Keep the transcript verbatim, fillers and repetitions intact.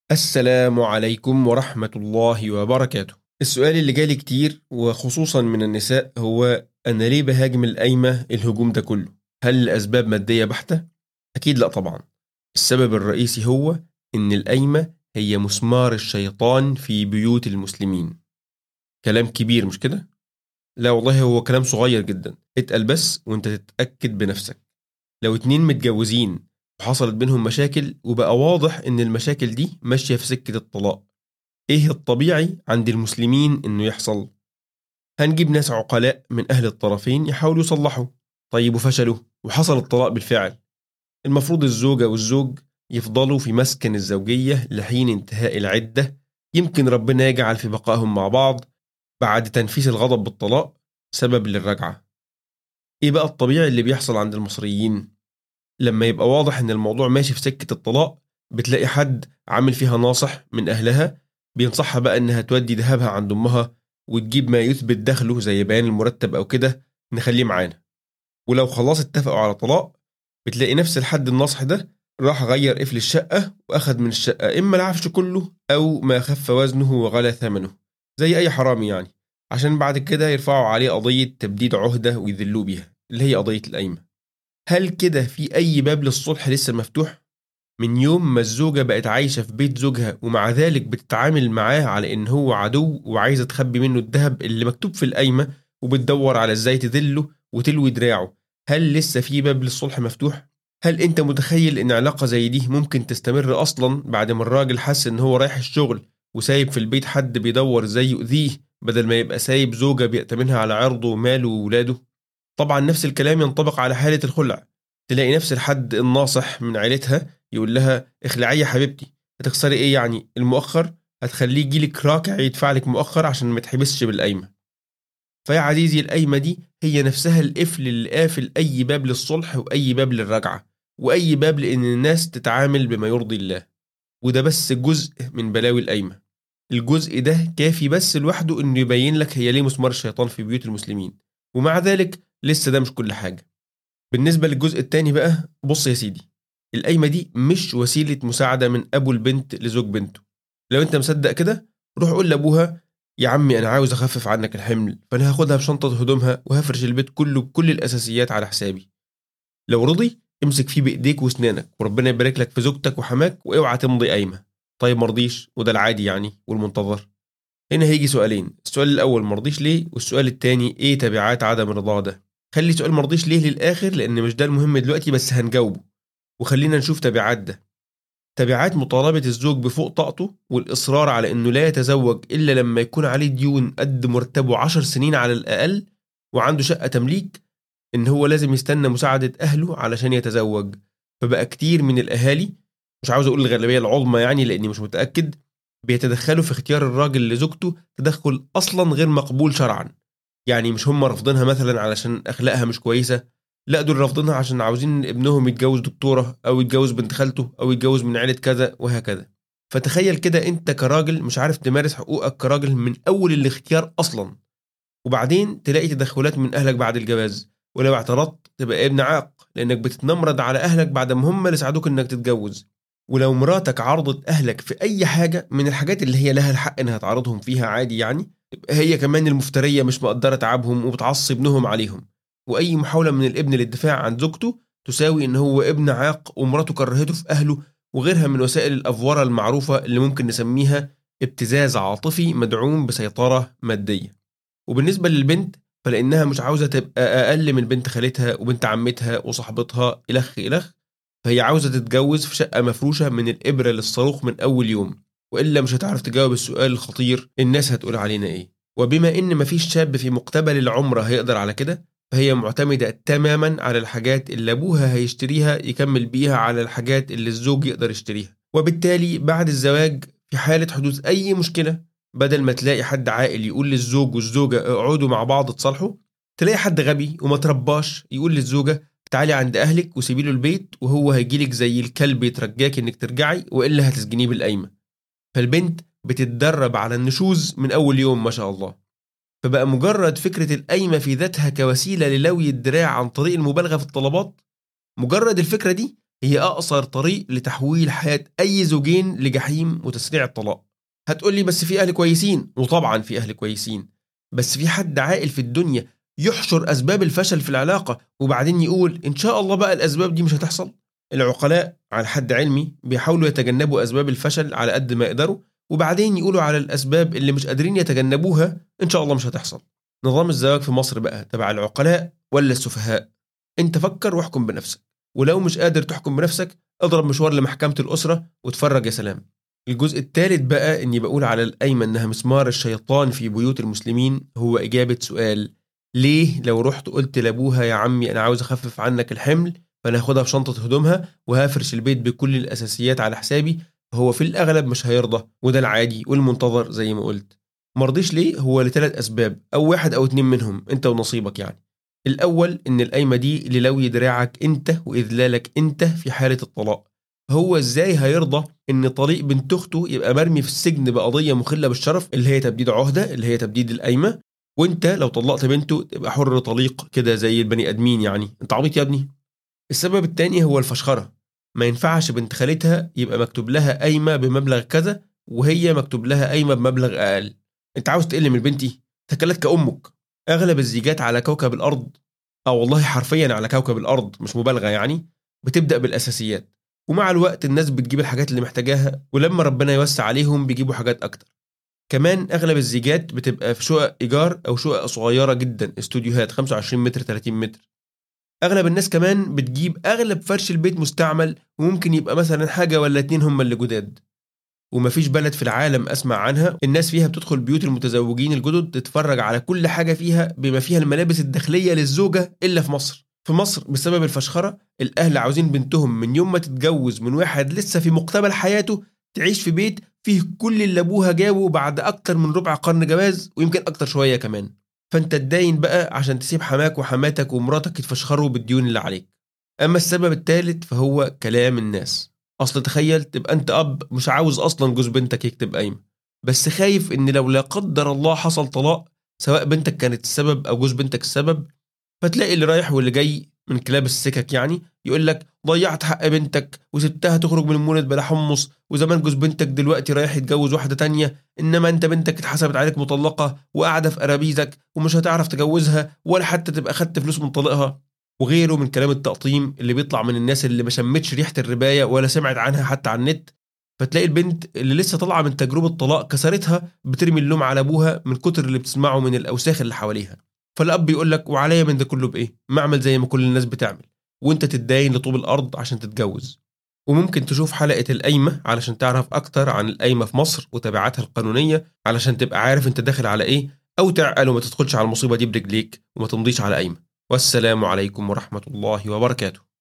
السلام عليكم ورحمة الله وبركاته. السؤال اللي جالي كتير وخصوصا من النساء هو: أنا ليه بهاجم القايمة الهجوم ده كله؟ هل لأسباب مادية بحتة؟ أكيد لا طبعا. السبب الرئيسي هو إن القايمة هي مسمار الشيطان في بيوت المسلمين. كلام كبير مش كده؟ لا والله، هو كلام صغير جدا. اتقل بس وانت تتأكد بنفسك. لو اتنين متجوزين وحصلت بينهم مشاكل وبقى واضح إن المشاكل دي ماشية في سكة الطلاق، ايه الطبيعي عند المسلمين انه يحصل؟ هنجيب ناس عقلاء من اهل الطرفين يحاولوا يصلحوا. طيب وفشلوا وحصل الطلاق بالفعل، المفروض الزوجة والزوج يفضلوا في مسكن الزوجية لحين انتهاء العدة. يمكن ربنا يجعل في بقائهم مع بعض بعد تنفيس الغضب بالطلاق سبب للرجعة. ايه بقى الطبيعي اللي بيحصل عند المصريين؟ لما يبقى واضح ان الموضوع ماشي في سكة الطلاق، بتلاقي حد عامل فيها ناصح من اهلها بينصحها بقى انها تودي ذهبها عند امها وتجيب ما يثبت دخله زي بيان المرتب او كده نخليه معانا. ولو خلاص اتفقوا على طلاق، بتلاقي نفس الحد الناصح ده راح غير قفل الشقة واخد من الشقة اما العفش كله او ما خف وزنه وغلى ثمنه، زي اي حرامي يعني، عشان بعد كده يرفعوا عليه قضية تبديد عهدة ويذلوه بيها اللي هي قضية القايمة. هل كده في أي باب للصلح لسه مفتوح؟ من يوم ما الزوجة بقت عايشة في بيت زوجها ومع ذلك بتتعامل معاه على إن هو عدو وعايزة تخبي منه الذهب اللي مكتوب في القايمة، وبتدور على إزاي تذله وتلوي دراعه، هل لسه في باب للصلح مفتوح؟ هل أنت متخيل إن علاقة زي دي ممكن تستمر أصلا بعد ما الراجل حس إن هو رايح الشغل وسايب في البيت حد بيدور إزاي يؤذيه، بدل ما يبقى سايب زوجة بيأتمنها على عرضه وماله وولاده؟ طبعا نفس الكلام ينطبق على حالة الخلع. تلاقي نفس الحد الناصح من عيلتها يقول لها: اخلعي يا حبيبتي، هتخسري ايه يعني؟ المؤخر هتخليه يجيلك راكع يدفع لك مؤخر عشان ما تحبسش بالقايمة. فيا عزيزي، القايمة دي هي نفسها القفل اللي قافل أي باب للصلح وأي باب للرجعة وأي باب لأن الناس تتعامل بما يرضي الله. وده بس جزء من بلاوي القايمة. الجزء ده كافي بس لوحده إنه يبين لك هي ليه مسمار الشيطان في بيوت المسلمين. ومع ذلك لسه ده مش كل حاجة. بالنسبة للجزء التاني بقى، بص يا سيدي، القايمة دي مش وسيلة مساعدة من أبو البنت لزوج بنته. لو أنت مصدق كده، روح قول لأبوها: يا عمي أنا عاوز أخفف عنك الحمل، فأنا هاخدها بشنطة هدومها وهفرش البيت كله بكل الأساسيات على حسابي. لو رضي، امسك فيه بإيديك واسنانك وربنا يبارك لك في زوجتك وحماك واوعى تمضي قايمة. طيب مرضيش، وده العادي يعني والمنتظر. هنا هيجي سؤالين: السؤال الأول مرضيش ليه، والسؤال التاني إيه تبعات عدم الرضا ده. خلي سؤال مرضيش ليه للآخر لأن مش ده المهم دلوقتي، بس هنجاوبه. وخلينا نشوف تبعات ده. تبعات مطالبة الزوج بفوق طاقته والإصرار على إنه لا يتزوج إلا لما يكون عليه ديون قد مرتبه عشر سنين على الأقل وعنده شقة تمليك، إن هو لازم يستنى مساعدة أهله علشان يتزوج. فبقى كتير من الأهالي، مش عاوز أقول الغالبية العظمى يعني لأني مش متأكد، بيتدخلوا في اختيار الراجل لزوجته تدخل أصلا غير مقبول شرعا. يعني مش هم رافضينها مثلا علشان أخلاقها مش كويسة، لا دول رافضينها عشان عاوزين ابنهم يتجوز دكتورة أو يتجوز بنت خالته أو يتجوز من عيلة كذا وهكذا. فتخيل كده أنت كراجل مش عارف تمارس حقوقك كراجل من أول الاختيار أصلا، وبعدين تلاقي تدخلات من أهلك بعد الجواز، ولو اعترضت تبقى ابن عاق لأنك بتتنمرد على أهلك بعد ما هم اللي ساعدوك إنك تتجوز. ولو مراتك عرضت أهلك في أي حاجة من الحاجات اللي هي لها الحق إنها تعرضهم فيها عادي يعني، تبقى هي كمان المفترية مش مقدرة تعبهم وبتعصب ابنهم عليهم. وأي محاولة من الابن للدفاع عن زوجته تساوي إن هو ابن عاق ومراته كرهته في أهله، وغيرها من وسائل الأفورة المعروفة اللي ممكن نسميها ابتزاز عاطفي مدعوم بسيطرة مادية. وبالنسبة للبنت، فلأنها مش عاوزة تبقى أقل من بنت خالتها وبنت عمتها وصاحبتها إلخ إلخ، فهي عاوزة تتجوز في شقة مفروشة من الإبرة للصاروخ من أول يوم. وإلا مش هتعرف تجاوب السؤال الخطير: الناس هتقول علينا إيه؟ وبما إن مفيش شاب في مقتبل العمر هيقدر على كده، فهي معتمدة تماما على الحاجات اللي أبوها هيشتريها يكمل بيها على الحاجات اللي الزوج يقدر يشتريها. وبالتالي بعد الزواج في حالة حدوث أي مشكلة، بدل ما تلاقي حد عاقل يقول للزوج والزوجة اقعدوا مع بعض تصالحوا، تلاقي حد غبي وما ترباش يقول للزوجة تعالي عند أهلك وسيبي له البيت وهو هيجيلك زي الكلب يترجاك إنك ترجعي وإلا هتسجنيه بالقايمة. فالبنت بتتدرب على النشوز من أول يوم ما شاء الله. فبقى مجرد فكرة القايمة في ذاتها كوسيلة للوي الدراع عن طريق المبالغة في الطلبات، مجرد الفكرة دي هي أقصر طريق لتحويل حياة أي زوجين لجحيم وتسريع الطلاق. هتقولي بس في أهل كويسين، وطبعا في أهل كويسين، بس في حد عاقل في الدنيا يحشر أسباب الفشل في العلاقة وبعدين يقول إن شاء الله بقى الأسباب دي مش هتحصل؟ العقلاء على حد علمي بيحاولوا يتجنبوا أسباب الفشل على قد ما يقدروا، وبعدين يقولوا على الأسباب اللي مش قادرين يتجنبوها إن شاء الله مش هتحصل. نظام الزواج في مصر بقى تبع العقلاء ولا السفهاء؟ انت فكر واحكم بنفسك، ولو مش قادر تحكم بنفسك اضرب مشوار لمحكمة الأسرة وتفرج يا سلام. الجزء الثالث بقى اني بقول على القايمة انها مسمار الشيطان في بيوت المسلمين، هو إجابة سؤال: ليه لو رحت قلت لابوها يا عمي انا عاوز اخفف عنك الحمل فانا هاخدها بشنطة هدومها وهافرش البيت بكل الأساسيات على حسابي، هو في الأغلب مش هيرضى، وده العادي والمنتظر زي ما قلت. مرضيش ليه؟ هو لثلاث أسباب، أو واحد أو اتنين منهم أنت ونصيبك يعني. الأول إن القايمة دي للوي دراعك أنت وإذلالك أنت في حالة الطلاق. هو إزاي هيرضى إن طليق بنت أخته يبقى مرمي في السجن بقضية مخلة بالشرف اللي هي تبديد عهدة، اللي هي تبديد القايمة، وأنت لو طلقت بنته تبقى حر طليق كده زي البني آدمين؟ يعني أنت عبيط يا ابني. السبب التاني هو الفشخرة. ما ينفعش بنت خالتها يبقى مكتوب لها قايمة بمبلغ كذا وهي مكتوب لها قايمة بمبلغ أقل. أنت عاوز تقل من بنتي؟ تكلت كأمك. أغلب الزيجات على كوكب الأرض، أو والله حرفيا على كوكب الأرض مش مبالغة يعني، بتبدأ بالأساسيات، ومع الوقت الناس بتجيب الحاجات اللي محتاجاها، ولما ربنا يوسع عليهم بيجيبوا حاجات أكتر. كمان أغلب الزيجات بتبقى في شقق إيجار أو شقق صغيرة جدا، استوديوهات خمسة وعشرين متر ثلاثين متر. أغلب الناس كمان بتجيب أغلب فرش البيت مستعمل، وممكن يبقى مثلا حاجة ولا اتنين هم اللي جداد. ومفيش بلد في العالم أسمع عنها الناس فيها بتدخل بيوت المتزوجين الجدد تتفرج على كل حاجة فيها بما فيها الملابس الداخلية للزوجة إلا في مصر. في مصر بسبب الفشخرة الأهل عاوزين بنتهم من يوم ما تتجوز من واحد لسه في مقتبل حياته تعيش في بيت فيه كل اللي أبوها جابه بعد أكتر من ربع قرن جواز، ويمكن أكتر شوية كمان. فأنت تداين بقى عشان تسيب حماك وحماتك ومراتك يتفشخروا بالديون اللي عليك. أما السبب الثالث فهو كلام الناس. أصل تخيل تبقى أنت أب مش عاوز أصلا جوز بنتك يكتب قايمة، بس خايف إن لو لا قدر الله حصل طلاق، سواء بنتك كانت السبب أو جوز بنتك السبب، فتلاقي اللي رايح واللي جاي من كلاب السكك يعني يقول لك ضيعت حق بنتك وسبتها تخرج من المولد بلا حمص، وزمان جوز بنتك دلوقتي رايح يتجوز واحدة تانية، إنما أنت بنتك اتحسبت عليك مطلقة وقاعدة في أرابيزك ومش هتعرف تجوزها ولا حتى تبقى خدت فلوس من طليقها، وغيره من كلام التقطيم اللي بيطلع من الناس اللي ما شمتش ريحة الرباية ولا سمعت عنها حتى على النت. فتلاقي البنت اللي لسه طالعة من تجربة طلاق كسرتها بترمي اللوم على أبوها من كتر اللي بتسمعه من الأوساخ اللي حواليها. فالأب يقول لك وعليا من ده كله بإيه؟ ما أعمل زي ما كل الناس بتعمل، وانت تتداين لطوب الأرض عشان تتجوز. وممكن تشوف حلقة القايمة علشان تعرف أكتر عن القايمة في مصر وتبعاتها القانونية علشان تبقى عارف انت داخل على إيه، أو تعقل وما تدخلش على المصيبة دي برجليك وما تمضيش على قايمة. والسلام عليكم ورحمة الله وبركاته.